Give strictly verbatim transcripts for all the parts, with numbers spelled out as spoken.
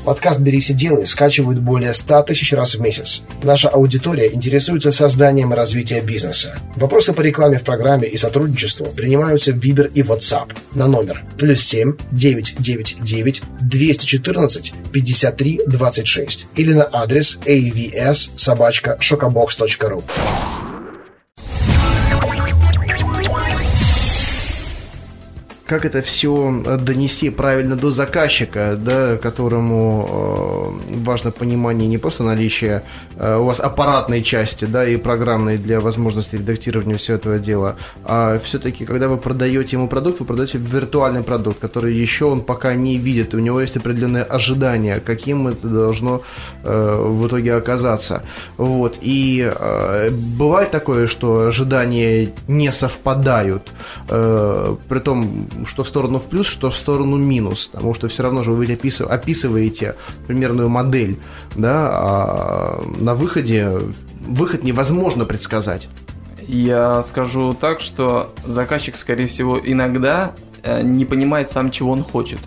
Подкаст «Берись и делай» скачивают более ста тысяч раз в месяц. Наша аудитория интересуется созданием и развитием бизнеса. Вопросы по рекламе в программе и сотрудничеству принимаются в Viber и WhatsApp на номер плюс семь девятьсот девяносто девять двести четырнадцать пятьдесят три двадцать шесть или на адрес эй ви эс собака шокобокс точка ру. Как это все донести правильно до заказчика, да, которому э, важно понимание не просто наличия э, у вас аппаратной части, да, и программной для возможности редактирования всего этого дела, а все-таки, когда вы продаете ему продукт, вы продаете виртуальный продукт, который еще он пока не видит, и у него есть определенные ожидания, каким это должно э, в итоге оказаться. Вот. И э, бывает такое, что ожидания не совпадают, э, при том, что в сторону в плюс, что в сторону минус, потому что все равно же вы описываете примерную модель, да, а на выходе выход невозможно предсказать. Я скажу так, что заказчик, скорее всего, иногда не понимает сам, чего он хочет.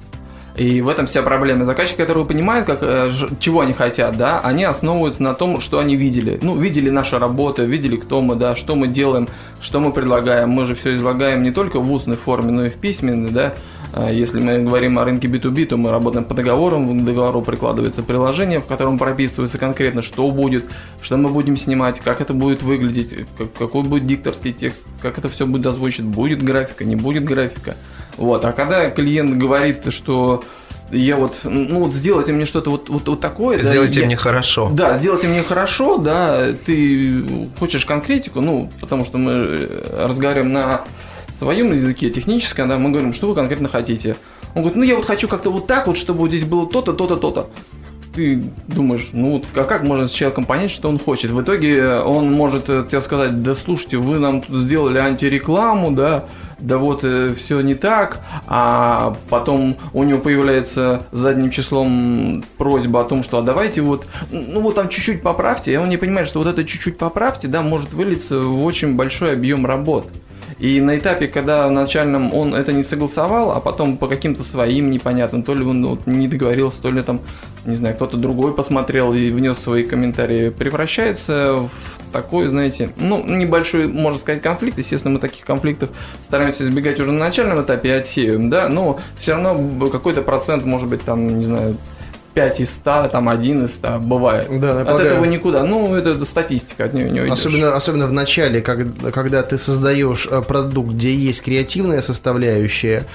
И в этом вся проблема. Заказчики, которые понимают, как, чего они хотят, да, они основываются на том, что они видели. Ну, видели наши работы, видели, кто мы, да, что мы делаем, что мы предлагаем. Мы же все излагаем не только в устной форме, но и в письменной, да. Если мы говорим о рынке би ту би, то мы работаем по договорам, к договору прикладывается приложение, в котором прописывается конкретно, что будет, что мы будем снимать, как это будет выглядеть, какой будет дикторский текст, как это все будет озвучено, будет графика, не будет графика. Вот. А когда клиент говорит, что я вот, ну вот сделайте мне что-то вот, вот, вот такое. Сделайте да, мне я, хорошо. Да, сделайте мне хорошо, да, ты хочешь конкретику, ну, потому что мы разговариваем на своем языке техническом, да, мы говорим, что вы конкретно хотите. Он говорит, ну я вот хочу как-то вот так вот, чтобы вот здесь было то-то, то-то, то-то. Ты думаешь, ну а как можно с человеком понять, что он хочет? В итоге он может тебе сказать, да слушайте, вы нам тут сделали антирекламу, да, да вот э, все не так, а потом у него появляется задним числом просьба о том, что а давайте вот, ну вот там чуть-чуть поправьте, и он не понимает, что вот это чуть-чуть поправьте, да, может вылиться в очень большой объем работ. И на этапе, когда начальном он это не согласовал, а потом по каким-то своим непонятным, то ли он вот не договорился, то ли там, не знаю, кто-то другой посмотрел и внес свои комментарии, превращается в такой, знаете, ну, небольшой, можно сказать, конфликт. Естественно, мы таких конфликтов стараемся избегать уже на начальном этапе и отсеиваем, да, но все равно какой-то процент, может быть, там, не знаю, пять из ста, там один из ста бывает. Да, от полагаю, этого никуда. Ну, это статистика, от нее не уйдешь. Особенно, особенно в начале, когда, когда ты создаешь продукт, где есть креативная составляющая,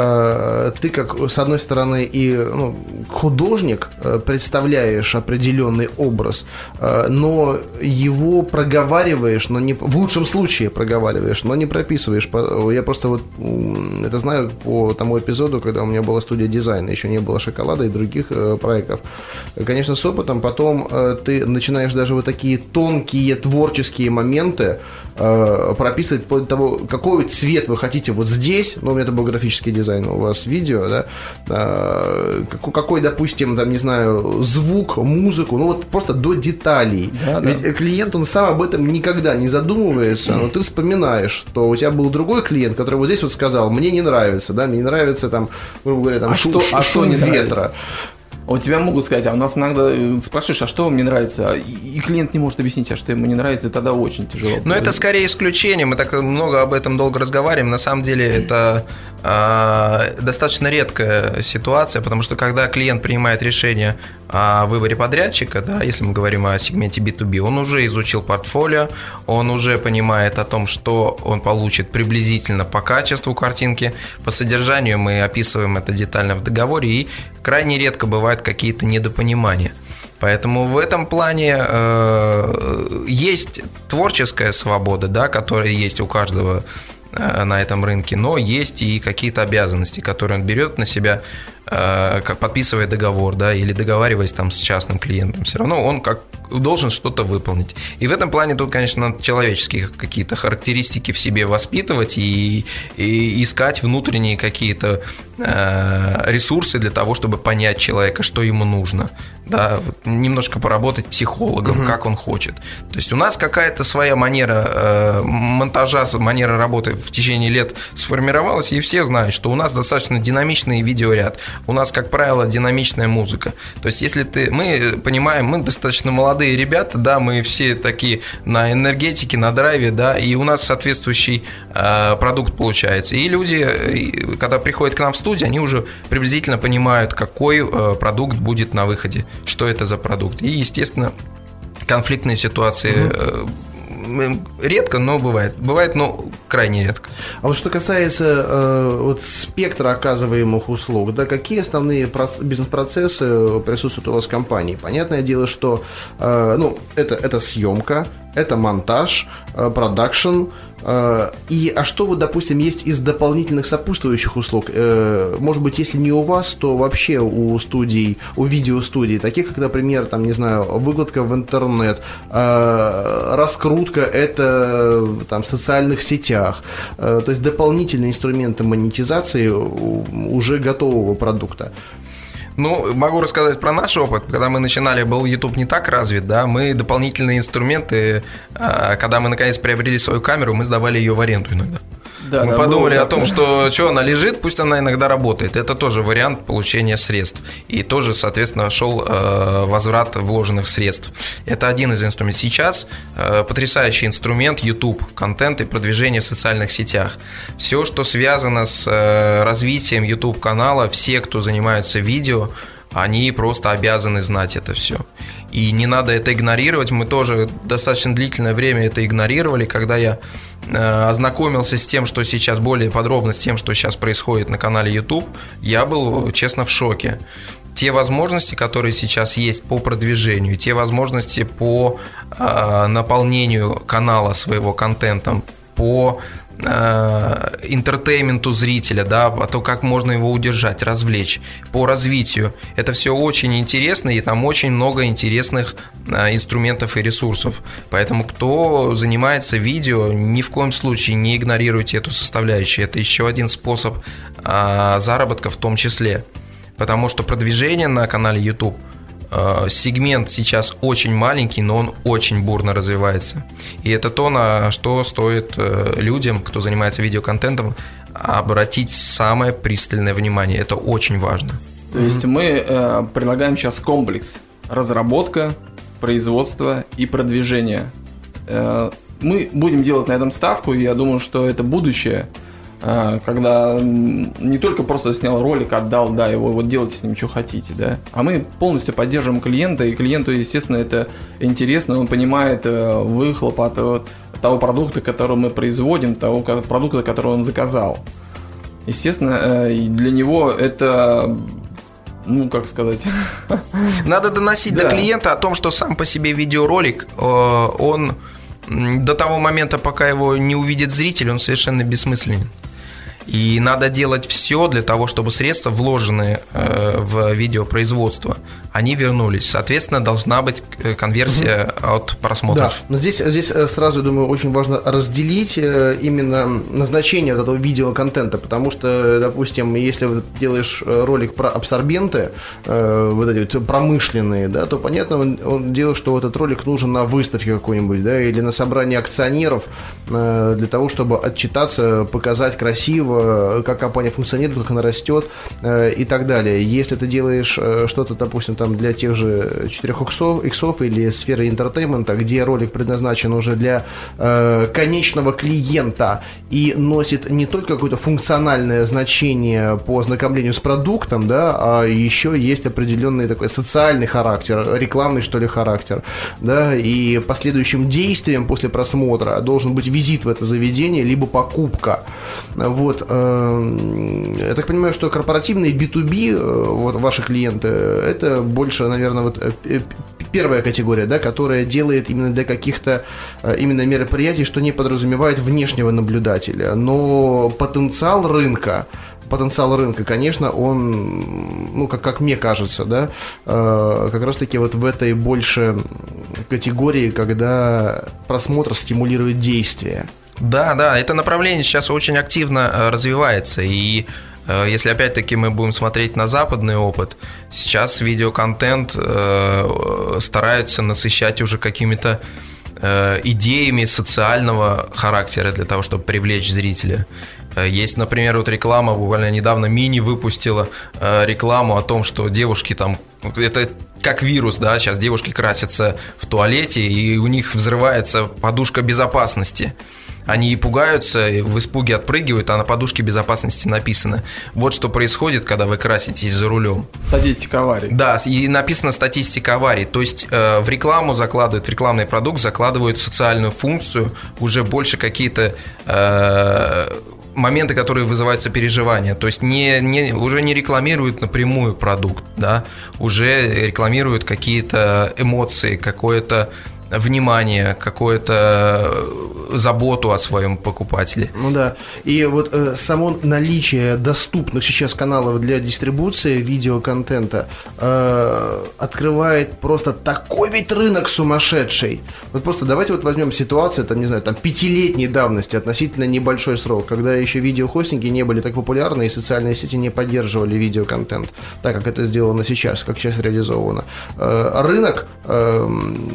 ты как, с одной стороны, и ну, художник, представляешь определенный образ, но его проговариваешь, но не, в лучшем случае проговариваешь, но не прописываешь. Я просто вот это знаю по тому эпизоду, когда у меня была студия дизайна, еще не было «Шоколада» и других проектов. проектов. Конечно, с опытом потом э, ты начинаешь даже вот такие тонкие творческие моменты э, прописывать вплоть до того, какой цвет вы хотите вот здесь, ну, у меня это был графический дизайн, у вас видео, да, э, какой, какой, допустим, там, не знаю, звук, музыку, ну, вот просто до деталей. Да, ведь да. Клиент, он сам об этом никогда не задумывается, но ты вспоминаешь, что у тебя был другой клиент, который вот здесь вот сказал, мне не нравится, да, мне не нравится, там, грубо говоря, там, а шум, что, а шум что ветра. У тебя могут сказать, а у нас иногда спрашиваешь, а что вам не нравится, и клиент не может объяснить, а что ему не нравится, и тогда очень тяжело. Но это скорее исключение, мы так много об этом долго разговариваем, на самом деле это э, достаточно редкая ситуация, потому что когда клиент принимает решение о выборе подрядчика, да, если мы говорим о сегменте би ту би, он уже изучил портфолио, он уже понимает о том, что он получит приблизительно по качеству картинки, по содержанию мы описываем это детально в договоре, и крайне редко бывают какие-то недопонимания. Поэтому в этом плане э, есть творческая свобода, да, которая есть у каждого э, на этом рынке, но есть и какие-то обязанности, которые он берет на себя, э, как подписывая договор, да, или договариваясь там с частным клиентом. Все равно он как должен что-то выполнить. И в этом плане тут, конечно, надо человеческие какие-то характеристики в себе воспитывать и, и искать внутренние какие-то э, ресурсы для того, чтобы понять человека, что ему нужно. Да, немножко поработать психологом, uh-huh. как он хочет. То есть у нас какая-то своя манера э, монтажа, манера работы в течение лет сформировалась, и все знают, что у нас достаточно динамичный видеоряд. у нас, как правило, динамичная музыка. То есть, если ты... Мы понимаем, мы достаточно молодые ребята, да, мы все такие на энергетике, на драйве, да, и у нас соответствующий э, продукт получается. И люди, когда приходят к нам в студию, они уже приблизительно понимают, какой э, продукт будет на выходе, что это за продукт. И, естественно, конфликтные ситуации... Э, редко, но бывает. Бывает, но крайне редко. А вот что касается э, вот спектра оказываемых услуг, да, какие основные проц- бизнес-процессы присутствуют у вас в компании? Понятное дело, что э, ну, это, это съемка, это монтаж, э, продакшн. Э, и, а что вот, допустим, есть из дополнительных сопутствующих услуг? Э, может быть, если не у вас, то вообще у студий, у видеостудий, таких как, например, там, не знаю, выкладка в интернет, э, раскрутка это там в социальных сетях, э, то есть дополнительные инструменты монетизации уже готового продукта. Ну, могу рассказать про наш опыт. Когда мы начинали, был YouTube не так развит, да, мы дополнительные инструменты, когда мы наконец приобрели свою камеру, мы сдавали ее в аренду иногда. Да, мы да, подумали о том, что что она лежит, пусть она иногда работает. Это тоже вариант получения средств. И тоже, соответственно, шел э, возврат вложенных средств. Это один из инструментов. Сейчас э, потрясающий инструмент YouTube, контент и продвижение в социальных сетях. Все, что связано с э, развитием YouTube-канала, все, кто занимается видео, они просто обязаны знать это все. И не надо это игнорировать. Мы тоже достаточно длительное время это игнорировали. Когда я э, ознакомился с тем, что сейчас более подробно, с тем, что сейчас происходит на канале YouTube, я был, честно, в шоке. Те возможности, которые сейчас есть по продвижению, те возможности по э, наполнению канала своего контентом, по интертейменту зрителя, да, а то, как можно его удержать, развлечь, по развитию. Это все очень интересно, и там очень много интересных инструментов и ресурсов. Поэтому, кто занимается видео, ни в коем случае не игнорируйте эту составляющую. Это еще один способ заработка в том числе. Потому что продвижение на канале YouTube, сегмент сейчас очень маленький, но он очень бурно развивается. И это то, на что стоит людям, кто занимается видеоконтентом, обратить самое пристальное внимание. Это очень важно. То есть мы э, предлагаем сейчас комплекс: разработка, производство и продвижение. Э, мы будем делать на этом ставку, и я думаю, что это будущее. Когда не только просто снял ролик, отдал, да, его вот делайте с ним, что хотите, да, а мы полностью поддерживаем клиента, и клиенту, естественно, это интересно, он понимает выхлоп от того продукта, который мы производим, того продукта, который он заказал. Естественно, для него это, ну, как сказать... Надо доносить да. до клиента о том, что сам по себе видеоролик, он до того момента, пока его не увидит зритель, он совершенно бессмысленен. И надо делать все для того, чтобы средства, вложенные э, в видеопроизводство, они вернулись. Соответственно, должна быть конверсия угу. от просмотров. Да, но здесь, здесь сразу, думаю, очень важно разделить именно назначение вот этого видеоконтента, потому что, допустим, если ты делаешь ролик про абсорбенты, э, вот эти вот промышленные, да, то понятно, он, он делает, что этот ролик нужен на выставке какой-нибудь, да, или на собрании акционеров э, для того, чтобы отчитаться, показать красиво, как компания функционирует, как она растет э, и так далее. Если ты делаешь э, что-то, допустим, там для тех же четырех иксов или сферы интертеймента, где ролик предназначен уже для э, конечного клиента и носит не только какое-то функциональное значение по ознакомлению с продуктом, да, а еще есть определенный такой социальный характер, рекламный, что ли, характер, да, и последующим действием после просмотра должен быть визит в это заведение, либо покупка. Вот. Я так понимаю, что корпоративные би ту би, вот ваши клиенты, это больше, наверное, вот первая категория, да, которая делает именно для каких-то именно мероприятий, что не подразумевает внешнего наблюдателя. Но потенциал рынка, потенциал рынка, конечно, он, ну, как, как мне кажется, да, как раз-таки вот в этой больше категории, когда просмотр стимулирует действие. Да, да, это направление сейчас очень активно развивается, и э, если опять-таки мы будем смотреть на западный опыт, сейчас видеоконтент э, стараются насыщать уже какими-то э, идеями социального характера для того, чтобы привлечь зрителя. Есть, например, вот реклама, буквально недавно Мини выпустила рекламу о том, что девушки там, это как вирус, да, сейчас девушки красятся в туалете, и у них взрывается подушка безопасности. Они пугаются, в испуге отпрыгивают, а на подушке безопасности написано: вот что происходит, когда вы краситесь за рулем. Статистика аварий. Да, и написано статистика аварий. То есть э, в рекламу закладывают, в рекламный продукт закладывают социальную функцию, уже больше какие-то э, моменты, которые вызывают сопереживание. То есть не, не, уже не рекламируют напрямую продукт, да, уже рекламируют какие-то эмоции, какое-то внимание, какое-то заботу о своем покупателе. Ну да. И вот э, само наличие доступных сейчас каналов для дистрибуции видеоконтента э, открывает просто такой ведь рынок сумасшедший. Вот просто давайте вот возьмем ситуацию, там, не знаю, там пятилетней давности, относительно небольшой срок, когда еще видеохостинги не были так популярны и социальные сети не поддерживали видеоконтент, так как это сделано сейчас, как сейчас реализовано. Э, рынок э,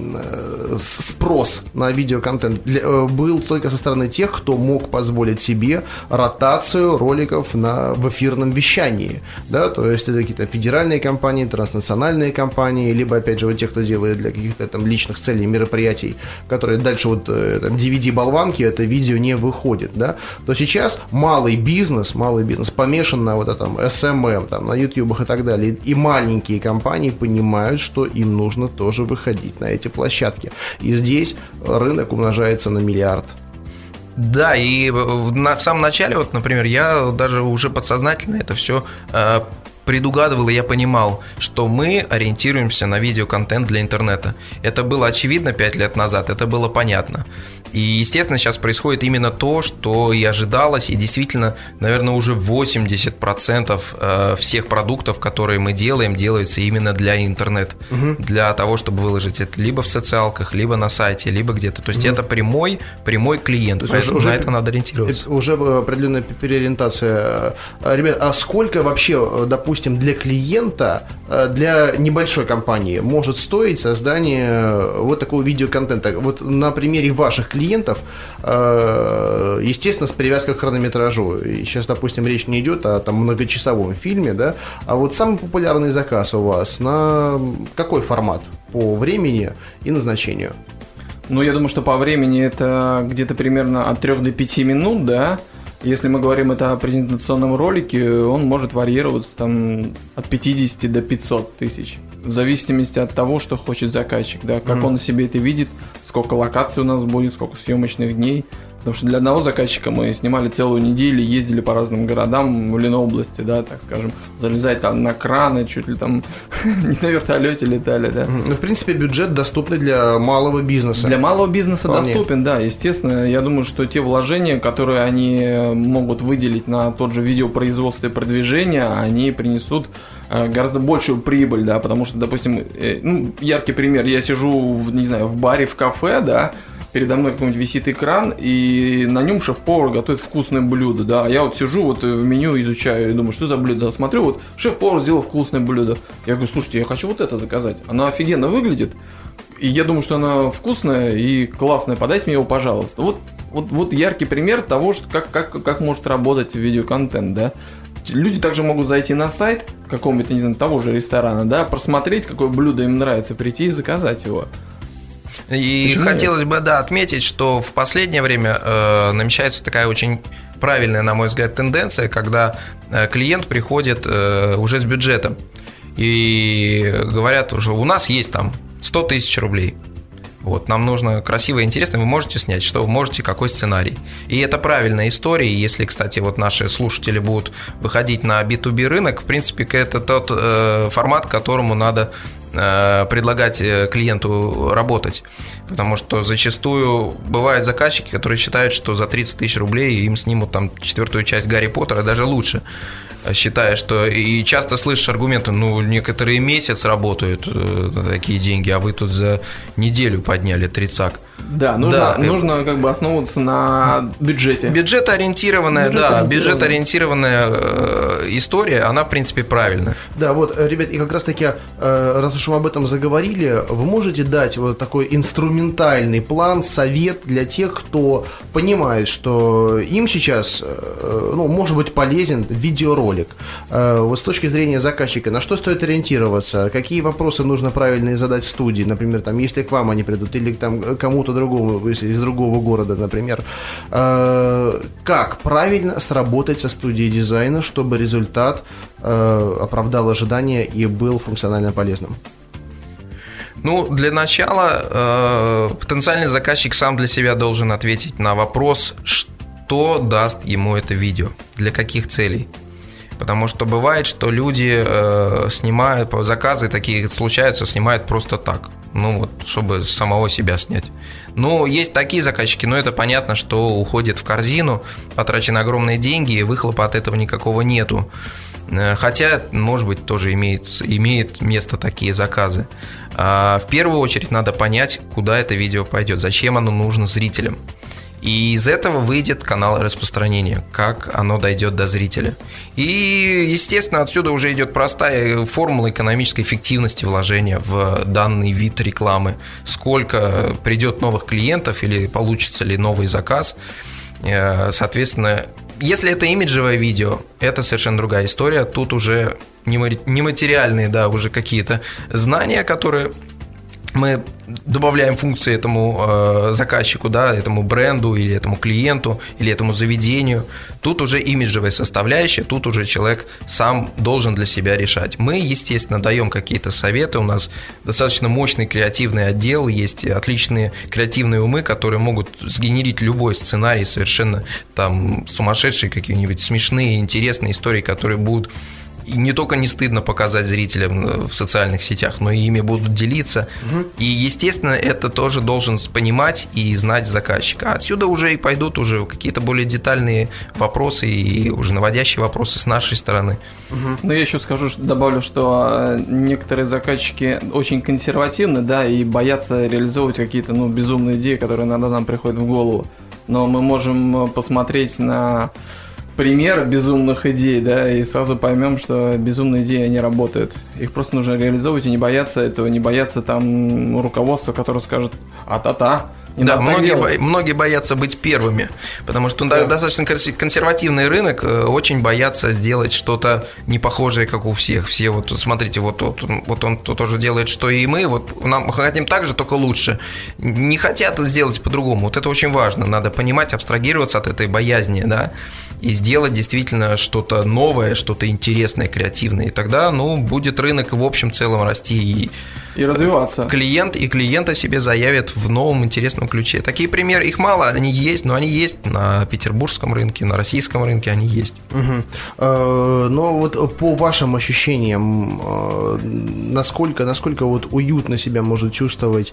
спрос на видеоконтент для, был только со стороны тех, кто мог позволить себе ротацию роликов на, в эфирном вещании, да, то есть это какие-то федеральные компании, транснациональные компании, либо, опять же, вот те, кто делает для каких-то там личных целей мероприятий, которые дальше вот там ди ви ди-болванки, это видео не выходит, да, то сейчас малый бизнес, малый бизнес помешан на вот этом эс эм эм, там, на ютубах и так далее, и маленькие компании понимают, что им нужно тоже выходить на эти площадки. И здесь рынок умножается на миллиард. Да, и в самом начале, вот, например, я даже уже подсознательно это все э, предугадывал, и я понимал, что мы ориентируемся на видеоконтент для интернета. Это было очевидно пять лет назад, это было понятно. И, естественно, сейчас происходит именно то, что и ожидалось, и действительно, наверное, уже восемьдесят процентов всех продуктов, которые мы делаем, делаются именно для интернета, угу. для того, чтобы выложить это либо в социалках, либо на сайте, либо где-то. То есть угу. это прямой, прямой клиент, то поэтому уже, на это надо ориентироваться. Уже определенная переориентация. Ребят, а сколько вообще, допустим, для клиента, для небольшой компании может стоить создание вот такого видеоконтента? Вот на примере ваших клиентов, естественно, с привязкой к хронометражу. И сейчас, допустим, речь не идет о там многочасовом фильме, да, а вот самый популярный заказ у вас на какой формат по времени и назначению? Ну, я думаю, что по времени это где-то примерно от трёх до пяти минут, да. Если мы говорим это о презентационном ролике, он может варьироваться там от пятидесяти до пятисот тысяч. В зависимости от того, что хочет заказчик, да, как mm-hmm. он себе это видит, сколько локаций у нас будет, сколько съемочных дней. Потому что для одного заказчика мы снимали целую неделю, ездили по разным городам в Ленобласти, да, так скажем, залезать там на краны, чуть ли там не на вертолете летали, да. Ну, в принципе, бюджет доступный для малого бизнеса. Для малого бизнеса Вполне. доступен, да, естественно. Я думаю, что те вложения, которые они могут выделить на тот же видеопроизводство и продвижение, они принесут гораздо большую прибыль, да, потому что, допустим, ну, яркий пример, я сижу, в, не знаю, в баре, в кафе, да, передо мной какой-нибудь висит экран, и на нем шеф-повар готовит вкусное блюдо, да, я вот сижу, вот в меню изучаю и думаю, что за блюдо, смотрю, вот шеф-повар сделал вкусное блюдо, я говорю, слушайте, я хочу вот это заказать, оно офигенно выглядит, и я думаю, что оно вкусное и классное, подайте мне его, пожалуйста. Вот, вот, вот яркий пример того, что как, как, как может работать видеоконтент, да. Люди также могут зайти на сайт какого-нибудь, не знаю, того же ресторана, да, просмотреть, какое блюдо им нравится, прийти и заказать его. И Почему хотелось нет? бы, да, отметить, что в последнее время э, намечается такая очень правильная, на мой взгляд, тенденция, когда э, клиент приходит э, уже с бюджетом и говорят уже, у нас есть там сто тысяч рублей. Вот, нам нужно красиво и интересно, вы можете снять, что вы можете, какой сценарий. И это правильная история, если, кстати, вот наши слушатели будут выходить на би ту би рынок, в принципе, это тот э, формат, к которому надо э, предлагать клиенту работать. Потому что зачастую бывают заказчики, которые считают, что за тридцать тысяч рублей им снимут там четвертую часть Гарри Поттера, даже лучше. Считая, что и часто слышишь аргументы, ну, некоторые месяц работают э, на такие деньги, а вы тут за неделю подняли тридцак. Да, нужно, да, нужно как бы основываться на бюджете. Бюджетоориентированная, Бюджет да, бюджетоориентированная э, история, она, в принципе, правильная. Да, вот, ребят, и как раз-таки, э, раз уж мы об этом заговорили, вы можете дать вот такой инструментальный план, совет для тех, кто понимает, что им сейчас, э, ну, может быть полезен видеоролик. Э, вот с точки зрения заказчика, на что стоит ориентироваться, какие вопросы нужно правильно задать студии, например, там, если к вам они придут, или там кому-то другому, если из другого города, например. Э, как правильно сработать со студией дизайна, чтобы результат э, оправдал ожидания и был функционально полезным? Ну, для начала э, потенциальный заказчик сам для себя должен ответить на вопрос, что даст ему это видео, для каких целей. Потому что бывает, что люди э, снимают заказы, такие случаются, снимают просто так. Ну вот, чтобы самого себя снять. Ну, есть такие заказчики, но это понятно, что уходит в корзину, потрачены огромные деньги, и выхлопа от этого никакого нету. Хотя, может быть, тоже имеет, имеет место такие заказы. А в первую очередь надо понять, куда это видео пойдет, зачем оно нужно зрителям. И из этого выйдет канал распространения, как оно дойдет до зрителя. И, естественно, отсюда уже идет простая формула экономической эффективности вложения в данный вид рекламы. Сколько придет новых клиентов или получится ли новый заказ. Соответственно, если это имиджевое видео, это совершенно другая история. Тут уже нематериальные, да, уже какие-то знания, которые мы добавляем функции этому э, заказчику, да, этому бренду или этому клиенту, или этому заведению. Тут уже имиджевая составляющая, тут уже человек сам должен для себя решать. Мы, естественно, даем какие-то советы, у нас достаточно мощный креативный отдел, есть отличные креативные умы, которые могут сгенерить любой сценарий, совершенно там сумасшедшие какие-нибудь смешные, интересные истории, которые будут и не только не стыдно показать зрителям в социальных сетях, но и ими будут делиться. Угу. И, естественно, это тоже должен понимать и знать заказчик. А отсюда уже и пойдут уже какие-то более детальные вопросы и уже наводящие вопросы с нашей стороны. Угу. Ну, я еще скажу, добавлю, что некоторые заказчики очень консервативны, да, и боятся реализовывать какие-то, ну, безумные идеи, которые иногда нам приходят в голову. Но мы можем посмотреть на пример безумных идей, да, и сразу поймем, что безумные идеи, они работают. Их просто нужно реализовывать и не бояться этого, не бояться там руководства, которое скажет «а-та-та». Да, многие, бо- многие боятся быть первыми, потому что да. достаточно консервативный рынок, очень боятся сделать что-то не похожее, как у всех. Все вот, смотрите, вот, вот, вот он тоже делает, что и мы, вот нам хотим так же, только лучше. Не хотят сделать по-другому. Вот это очень важно. Надо понимать, абстрагироваться от этой боязни, да, и сделать действительно что-то новое, что-то интересное, креативное. И тогда, ну, будет рынок в общем целом расти и И развиваться. Клиент и клиент о себе заявят в новом интересном ключе. Такие примеры, их мало, они есть, но они есть на петербургском рынке, на российском рынке они есть. Угу. Но вот по вашим ощущениям, насколько, насколько вот уютно себя может чувствовать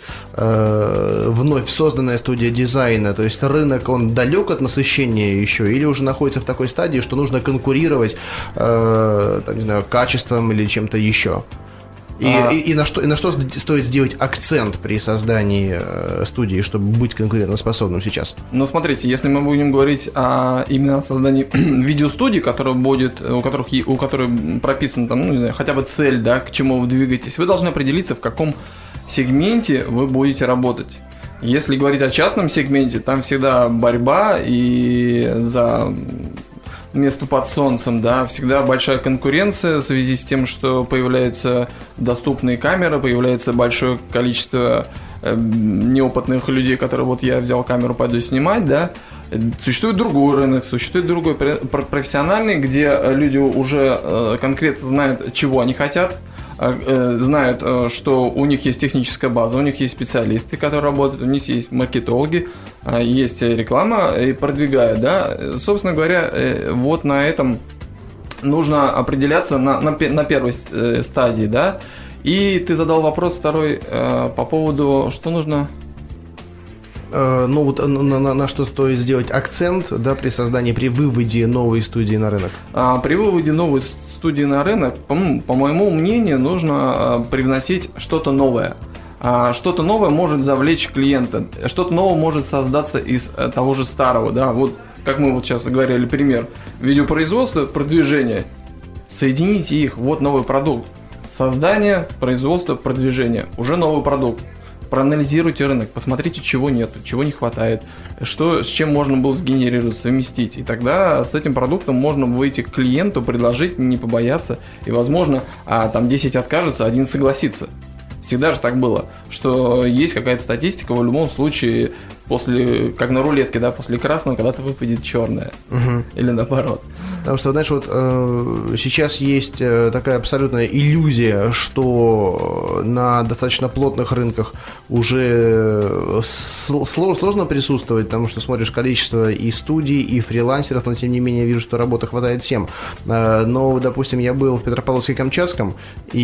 вновь созданная студия дизайна? То есть рынок, он далек от насыщения еще или уже находится в такой стадии, что нужно конкурировать, там, не знаю, качеством или чем-то еще? И, а... и, и, на что, и на что стоит сделать акцент при создании э, студии, чтобы быть конкурентоспособным сейчас? Ну, смотрите, если мы будем говорить о именно создании видеостудии, которая будет, у которых у которой прописана там, ну, не знаю, хотя бы цель, да, к чему вы двигаетесь, вы должны определиться, в каком сегменте вы будете работать. Если говорить о частном сегменте, там всегда борьба и за место под солнцем, да, всегда большая конкуренция в связи с тем, что появляются доступные камеры, появляется большое количество э, неопытных людей, которые вот я взял камеру, пойду снимать, да. Существует другой рынок, существует другой профессиональный, где люди уже э, конкретно знают, чего они хотят, э, знают, э, что у них есть техническая база, у них есть специалисты, которые работают, у них есть маркетологи, есть реклама и продвигают, да. Собственно говоря, вот на этом нужно определяться на, на, на первой стадии, да. И ты задал вопрос второй по поводу, что нужно... Ну вот на, на, на что стоит сделать акцент, да, при создании, при выводе новой студии на рынок? А, при выводе новой студии на рынок, по, по моему мнению, нужно привносить что-то новое. а, что-то новое может завлечь клиента, что-то новое может создаться из а, того же старого, да, вот как мы вот сейчас говорили, пример, видеопроизводство, продвижение, соедините их, вот новый продукт, создание, производство, продвижение, уже новый продукт. Проанализируйте рынок, посмотрите, чего нет, чего не хватает, что, с чем можно было сгенерировать, совместить. И тогда с этим продуктом можно выйти к клиенту, предложить, не побояться. И, возможно, а, там десять откажется, один согласится. Всегда же так было, что есть какая-то статистика, в любом случае, после, как на рулетке, да, после красного когда-то выпадет черное. Угу. Или наоборот. Потому что, знаешь, вот э, сейчас есть э, такая абсолютная иллюзия, что на достаточно плотных рынках уже сло- сложно присутствовать, потому что смотришь количество и студий, и фрилансеров, но тем не менее вижу, что работы хватает всем. Э, но, допустим, я был в Петропавловске-Камчатском,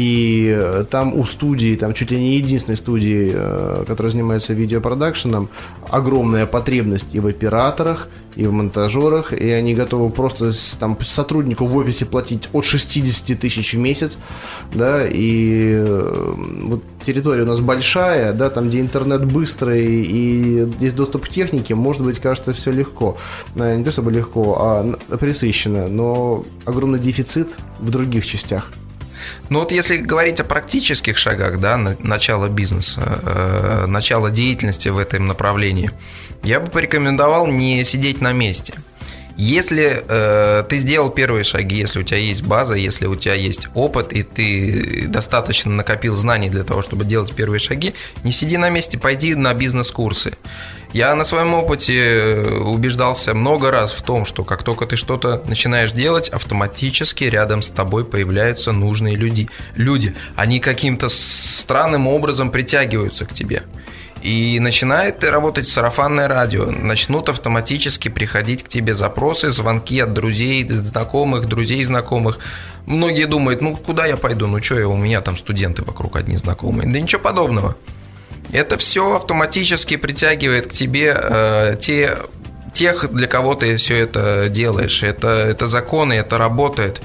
и там у студии, там чуть ли не единственной студии, э, которая занимается видеопродакшеном, огромная потребность и в операторах, и в монтажерах, и они готовы просто там сотруднику в офисе платить от шестьдесят тысяч в месяц, да, и э, вот территория у нас большая, да, там, где интернет быстрый и есть доступ к технике, может быть, кажется, все легко. Не то чтобы легко, а пресыщенно, но огромный дефицит в других частях. Ну вот если говорить о практических шагах, да, начала бизнеса, э, начала деятельности в этом направлении, я бы порекомендовал не сидеть на месте. Если э, ты сделал первые шаги, если у тебя есть база, если у тебя есть опыт, и ты достаточно накопил знаний для того, чтобы делать первые шаги, не сиди на месте, пойди на бизнес-курсы. Я на своем опыте убеждался много раз в том, что как только ты что-то начинаешь делать, автоматически рядом с тобой появляются нужные люди. Люди, они каким-то странным образом притягиваются к тебе. И начинает работать сарафанное радио. Начнут автоматически приходить к тебе запросы, звонки от друзей, знакомых, друзей знакомых. Многие думают, ну куда я пойду, ну что я, у меня там студенты вокруг одни знакомые. Да ничего подобного. Это все автоматически притягивает к тебе э, те, тех, для кого ты все это делаешь. Это, это законы, это работает.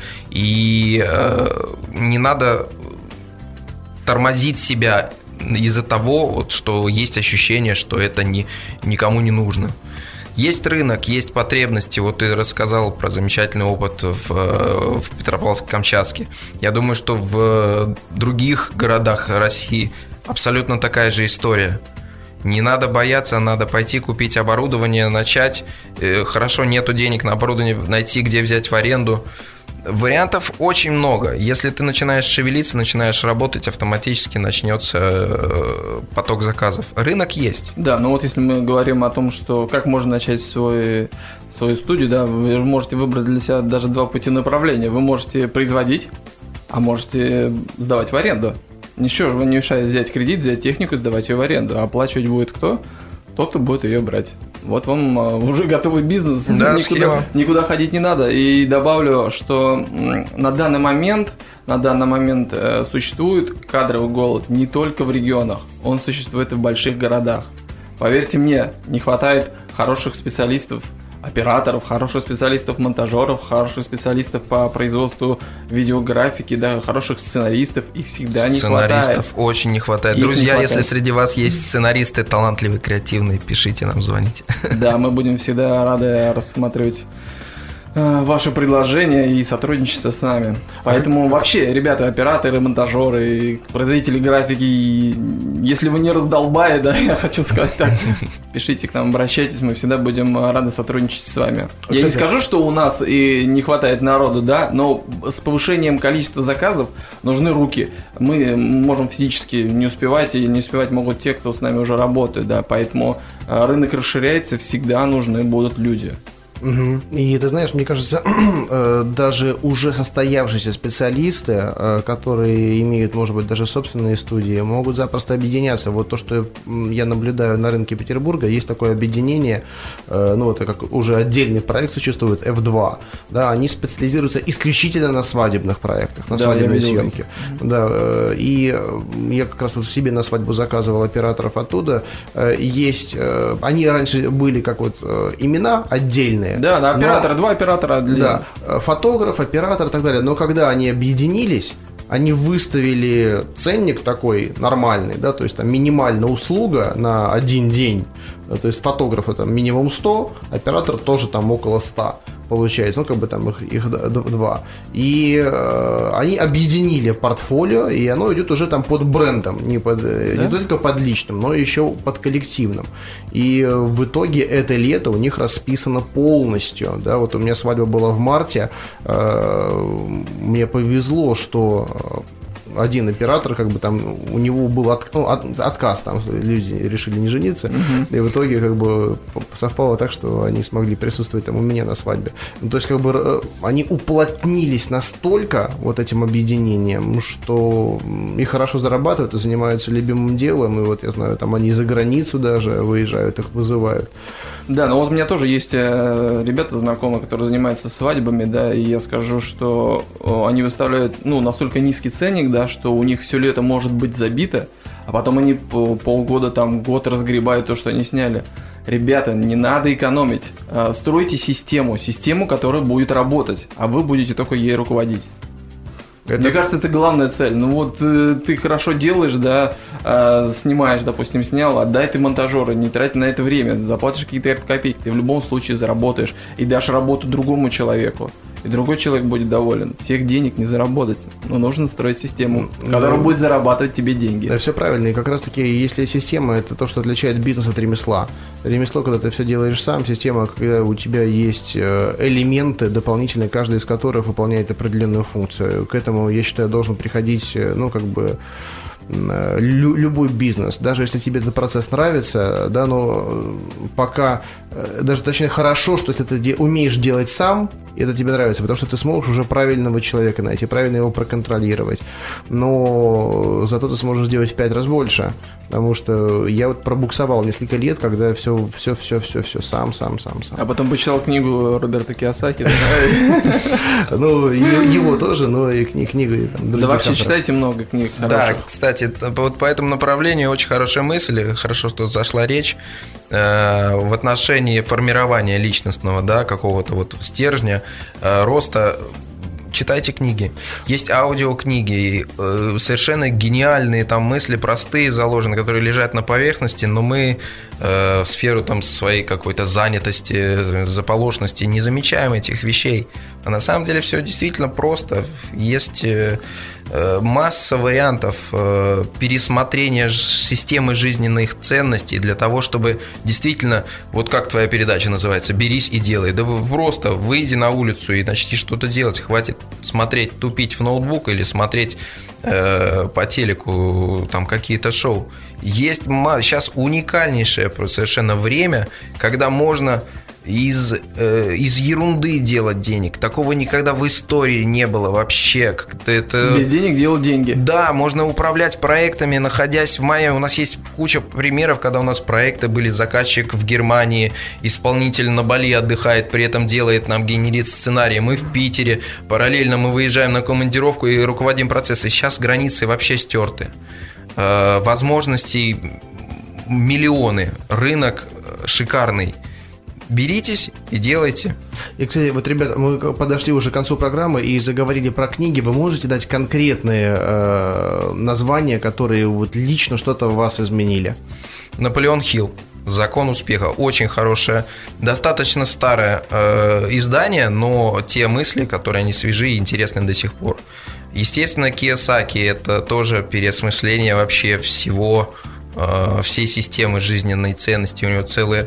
И э, не надо тормозить себя из-за того, вот, что есть ощущение, что это не, никому не нужно. Есть рынок, есть потребности. Вот ты рассказал про замечательный опыт в, в Петропавловске-Камчатске. Я думаю, что в других городах России абсолютно такая же история. Не надо бояться, надо пойти купить оборудование, начать. Хорошо, нету денег на оборудование, найти, где взять в аренду. Вариантов очень много. Если ты начинаешь шевелиться, начинаешь работать, автоматически начнется поток заказов. Рынок есть. Да, но вот если мы говорим о том, что как можно начать свой, свою студию, да, вы можете выбрать для себя даже два пути направления. Вы можете производить, а можете сдавать в аренду. Ничего же вам не мешает взять кредит, взять технику и сдавать ее в аренду. А оплачивать будет кто? Тот, кто будет ее брать. Вот вам уже готовый бизнес, да, никуда, никуда ходить не надо. И добавлю, что на данный момент, на данный момент э, существует кадровый голод не только в регионах, он существует и в больших городах. Поверьте мне, не хватает хороших специалистов, операторов, хороших специалистов, монтажеров, хороших специалистов по производству видеографики, да, хороших сценаристов, их всегда не хватает. Сценаристов очень не хватает. Их Друзья, не хватает. Если среди вас есть сценаристы талантливые, креативные, пишите нам, звоните. Да, мы будем всегда рады рассматривать ваше предложение и сотрудничество с нами. Поэтому вообще, ребята, операторы, монтажеры, производители графики, если вы не раздолбая, да, я хочу сказать так, пишите к нам, обращайтесь, мы всегда будем рады сотрудничать с вами. Я Кстати, не скажу, что у нас и не хватает народу, да, но с повышением количества заказов нужны руки. Мы можем физически не успевать, и не успевать могут те, кто с нами уже работает, да, поэтому рынок расширяется, всегда нужны будут люди. Угу. И ты знаешь, мне кажется, даже уже состоявшиеся специалисты, которые имеют, может быть, даже собственные студии, могут запросто объединяться. Вот то, что я наблюдаю на рынке Петербурга, есть такое объединение, ну, это как уже отдельный проект существует, эф два. Да, они специализируются исключительно на свадебных проектах, на да, свадебной съемке. Да, и я как раз вот себе на свадьбу заказывал операторов оттуда. Есть, они раньше были как вот имена отдельные. Да, да, оператора, но, два оператора. Для... Да, фотограф, оператор и так далее. Но когда они объединились, они выставили ценник такой нормальный, да, то есть там минимальная услуга на один день, то есть фотографа там минимум сто, оператор тоже там около ста. Получается, ну, как бы там их, их два. И э, они объединили портфолио, и оно идет уже там под брендом, не, под, да? не только под личным, но еще под коллективным. И в итоге это лето у них расписано полностью. Да, вот у меня свадьба была в марте, э, мне повезло, что один оператор, как бы там, у него был от, ну, от, отказ, там люди решили не жениться, uh-huh. и в итоге как бы совпало так, что они смогли присутствовать там у меня на свадьбе. Ну, то есть как бы они уплотнились настолько вот этим объединением, что и хорошо зарабатывают, и занимаются любимым делом, и вот я знаю, там они за границу даже выезжают, их вызывают. Да, ну вот у меня тоже есть ребята знакомые, которые занимаются свадьбами, да, и я скажу, что они выставляют, ну, настолько низкий ценник, да, что у них все лето может быть забито, а потом они полгода, там, год разгребают то, что они сняли. Ребята, не надо экономить. Стройте систему, систему, которая будет работать, а вы будете только ей руководить. Это... Мне кажется, это главная цель. Ну вот э, ты хорошо делаешь, да, э, снимаешь, допустим, снял, отдай ты монтажера, не трать на это время, заплатишь какие-то копейки, ты в любом случае заработаешь и дашь работу другому человеку. И другой человек будет доволен. Всех денег не заработать, но нужно строить систему, которая ну, будет зарабатывать тебе деньги. Да, все правильно. И как раз таки, если система, это то, что отличает бизнес от ремесла. Ремесло, когда ты все делаешь сам, система, когда у тебя есть элементы дополнительные, каждый из которых выполняет определенную функцию. К этому, я считаю, должен приходить, ну, как бы, Лю- любой бизнес, даже если тебе этот процесс нравится, да, но пока, даже точнее хорошо, что если ты де- умеешь делать сам, и это тебе нравится, потому что ты сможешь уже правильного человека найти, правильно его проконтролировать, но зато ты сможешь сделать в пять раз больше, потому что я вот пробуксовал несколько лет, когда все, все, все, все, все сам, сам, сам, сам. А потом почитал книгу Роберта Кийосаки. Ну, его тоже, но и книгу. Да вообще читайте много книг хороших. Да, кстати, вот по этому направлению очень хорошая мысль, хорошо, что зашла речь э, в отношении формирования личностного, да, какого-то вот стержня, э, роста. Читайте книги. Есть аудиокниги, э, совершенно гениальные там мысли, простые заложены, которые лежат на поверхности, но мы э, в сферу там своей какой-то занятости, заполошности не замечаем этих вещей. А на самом деле все действительно просто. Есть э, масса вариантов э, пересмотрения системы жизненных ценностей для того, чтобы действительно, вот как твоя передача называется, «Берись и делай». Да просто выйди на улицу и начни что-то делать. Хватит смотреть, тупить в ноутбук или смотреть э, по телеку там какие-то шоу. Есть сейчас уникальнейшее совершенно время, когда можно из, э, из ерунды делать денег. Такого никогда в истории не было вообще. Как-то это... Без денег делать деньги. Да, можно управлять проектами, находясь в мае. У нас есть куча примеров, когда у нас проекты были, заказчик в Германии, исполнитель на Бали отдыхает, при этом делает нам, генерит сценарий. Мы в Питере, параллельно мы выезжаем на командировку и руководим процессом. Сейчас границы вообще стерты. Э, возможностей миллионы. Рынок шикарный. Беритесь и делайте. И, кстати, вот, ребята, мы подошли уже к концу программы и заговорили про книги. Вы можете дать конкретные э, названия, которые вот лично что-то в вас изменили? Наполеон Хилл. «Закон успеха». Очень хорошее, достаточно старое э, издание, но те мысли, которые они свежи и интересны до сих пор. Естественно, Кийосаки – это тоже переосмысление вообще всего, э, всей системы жизненной ценности. У него целые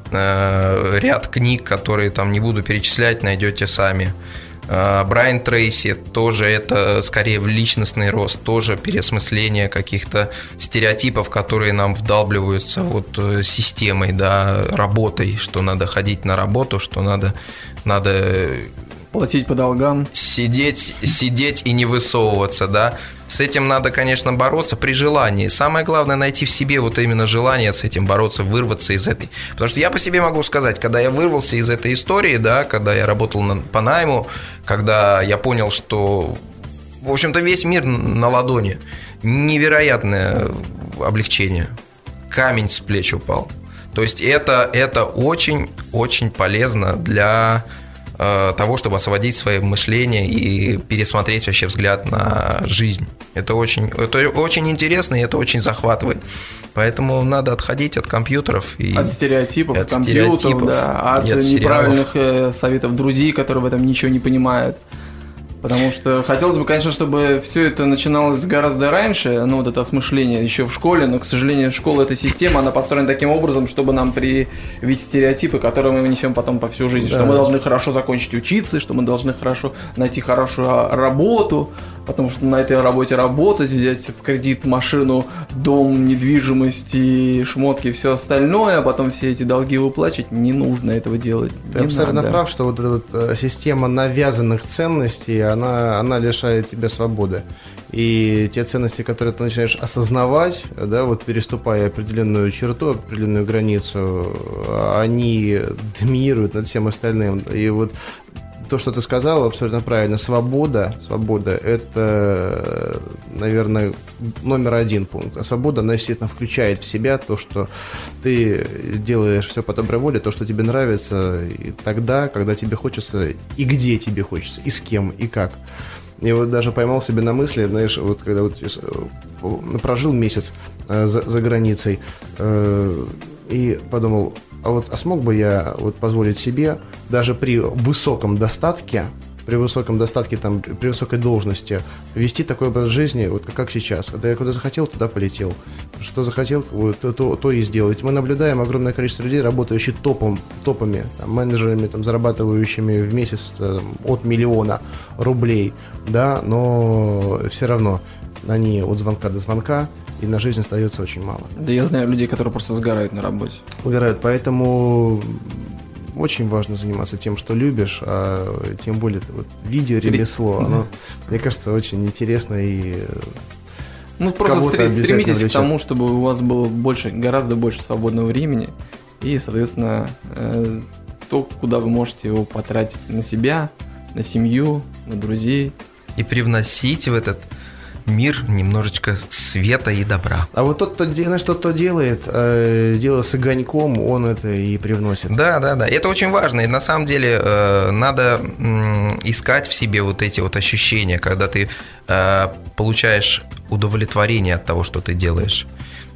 ряд книг, которые там не буду перечислять, найдете сами. Брайан Трейси тоже это скорее в личностный рост, тоже переосмысление каких-то стереотипов, которые нам вдалбливаются вот системой, да, работой, что надо ходить на работу, что надо, надо платить по долгам, сидеть, сидеть и не высовываться, да. С этим надо, конечно, бороться при желании. Самое главное найти в себе вот именно желание с этим бороться, вырваться из этой. Потому что я по себе могу сказать, когда я вырвался из этой истории, да, когда я работал на, по найму, когда я понял, что, в общем-то, весь мир на ладони, невероятное облегчение. Камень с плеч упал. То есть это, это очень-очень полезно для того, чтобы освободить свое мышление и пересмотреть вообще взгляд на жизнь. Это очень, это очень интересно и это очень захватывает. Поэтому надо отходить от компьютеров. И от стереотипов, от компьютеров, стереотипов, да, от от неправильных сериалов. Советов друзей, которые в этом ничего не понимают. Потому что хотелось бы, конечно, чтобы все это начиналось гораздо раньше, ну, вот это осмысление еще в школе, но, к сожалению, школа, эта система, она построена таким образом, чтобы нам привить стереотипы, которые мы несем потом по всю жизнь, да. Что мы должны хорошо закончить учиться, что мы должны хорошо найти хорошую работу, потому что на этой работе работать, взять в кредит машину, дом, недвижимость и шмотки и все остальное, а потом все эти долги выплачивать, не нужно этого делать. Ты абсолютно надо. прав, что вот эта вот система навязанных ценностей, она, она лишает тебя свободы. И те ценности, которые ты начинаешь осознавать, да, вот переступая определенную черту, определенную границу, они доминируют над всем остальным. И вот то, что ты сказал, абсолютно правильно. Свобода, свобода – это, наверное, номер один пункт. А свобода, она, естественно, включает в себя то, что ты делаешь все по доброй воле, то, что тебе нравится, и тогда, когда тебе хочется, и где тебе хочется, и с кем, и как. И вот даже поймал себя на мысли, знаешь, вот когда вот прожил месяц за, за границей э, и подумал, а вот а смог бы я вот позволить себе даже при высоком достатке, при высоком достатке, там, при высокой должности вести такой образ жизни, вот как, как сейчас. Когда я куда захотел, туда полетел. Что захотел, вот, то, то, то и сделал. Ведь мы наблюдаем огромное количество людей, работающих топом, топами, там, менеджерами, там, зарабатывающими в месяц там, от миллиона рублей, да, но все равно они от звонка до звонка, и на жизнь остается очень мало. Да я знаю людей, которые просто сгорают на работе. Угорают, поэтому очень важно заниматься тем, что любишь, а тем более вот, видеоремесло, mm-hmm. оно, мне кажется, очень интересно и ну, просто стр- стремитесь влечет. К тому, чтобы у вас было больше, гораздо больше свободного времени и, соответственно, э, то, куда вы можете его потратить на себя, на семью, на друзей. И привносить в этот мир немножечко света и добра. А вот тот, кто, знаешь, тот, кто делает, э, делает с огоньком, он это и привносит. Да, да, да. Это очень важно. И на самом деле э, надо э, искать в себе вот эти вот ощущения, когда ты э, получаешь удовлетворение от того, что ты делаешь.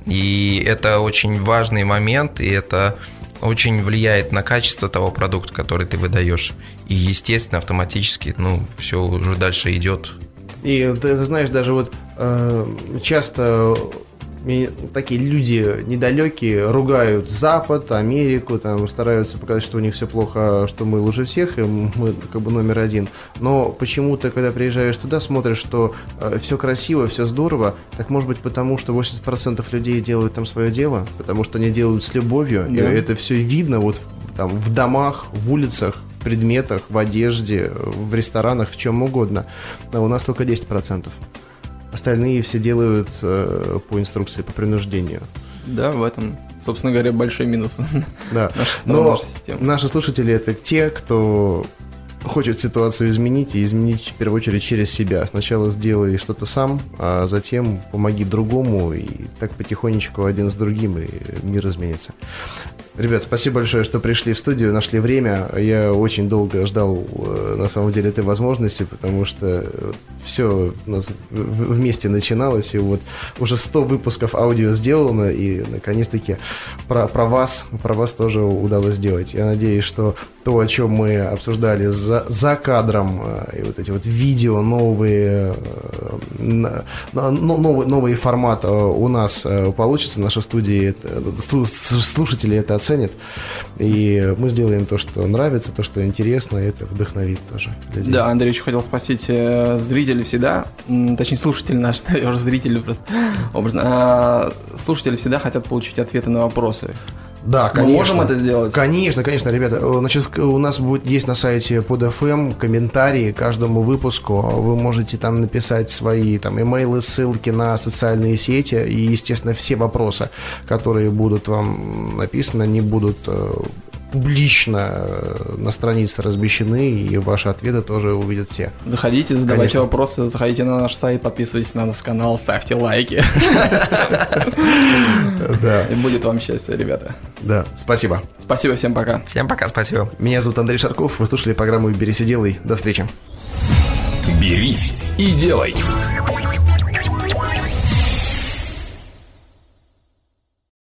И это очень важный момент, и это очень влияет на качество того продукта, который ты выдаешь. И, естественно, автоматически, ну, все уже дальше идет. И ты, ты знаешь, даже вот э, часто такие люди недалекие ругают Запад, Америку, там стараются показать, что у них все плохо, что мы лучше всех, и мы как бы номер один. Но почему-то, когда приезжаешь туда, смотришь, что э, все красиво, все здорово, так может быть потому, что восемьдесят процентов людей делают там свое дело, потому что они делают с любовью, да. И это все видно вот там в домах, в улицах, в предметах, в одежде, в ресторанах, в чем угодно. А у нас только десять процентов. Остальные все делают э, по инструкции, по принуждению. Да, в этом, собственно говоря, большой минус да. нашей, Но нашей системы. Наши слушатели – это те, кто хочет ситуацию изменить, и изменить в первую очередь через себя. Сначала сделай что-то сам, а затем помоги другому, и так потихонечку один с другим, и мир изменится. Ребят, спасибо большое, что пришли в студию, нашли время. Я очень долго ждал, на самом деле, этой возможности, потому что все у нас вместе начиналось, и вот уже сто выпусков аудио сделано, и наконец-таки про, про вас, про вас тоже удалось сделать. Я надеюсь, что то, о чем мы обсуждали за, за кадром, и вот эти вот видео, новые, новый, новый формат у нас получится, наша студия, слушатели это оценят. Ценит. И мы сделаем то, что нравится, то, что интересно, и это вдохновит тоже людей. Да, Андрей еще хотел спросить, э, зрители всегда, точнее слушатели наши, да, я уже зрители просто образно, а, слушатели всегда хотят получить ответы на вопросы. Да, конечно. Мы можем это сделать? Конечно, конечно, ребята. Значит, у нас будет есть на сайте под эф эм комментарии к каждому выпуску. Вы можете там написать свои там имейлы, ссылки на социальные сети. И, естественно, все вопросы, которые будут вам написаны, они будут публично на странице размещены, и ваши ответы тоже увидят все. Заходите, задавайте Конечно. вопросы, заходите на наш сайт, подписывайтесь на наш канал, ставьте лайки. Да. И будет вам счастье, ребята. Да, спасибо. Спасибо, всем пока. Всем пока, спасибо. Меня зовут Андрей Шарков, вы слушали программу «Берись и делай». До встречи. «Берись и делай».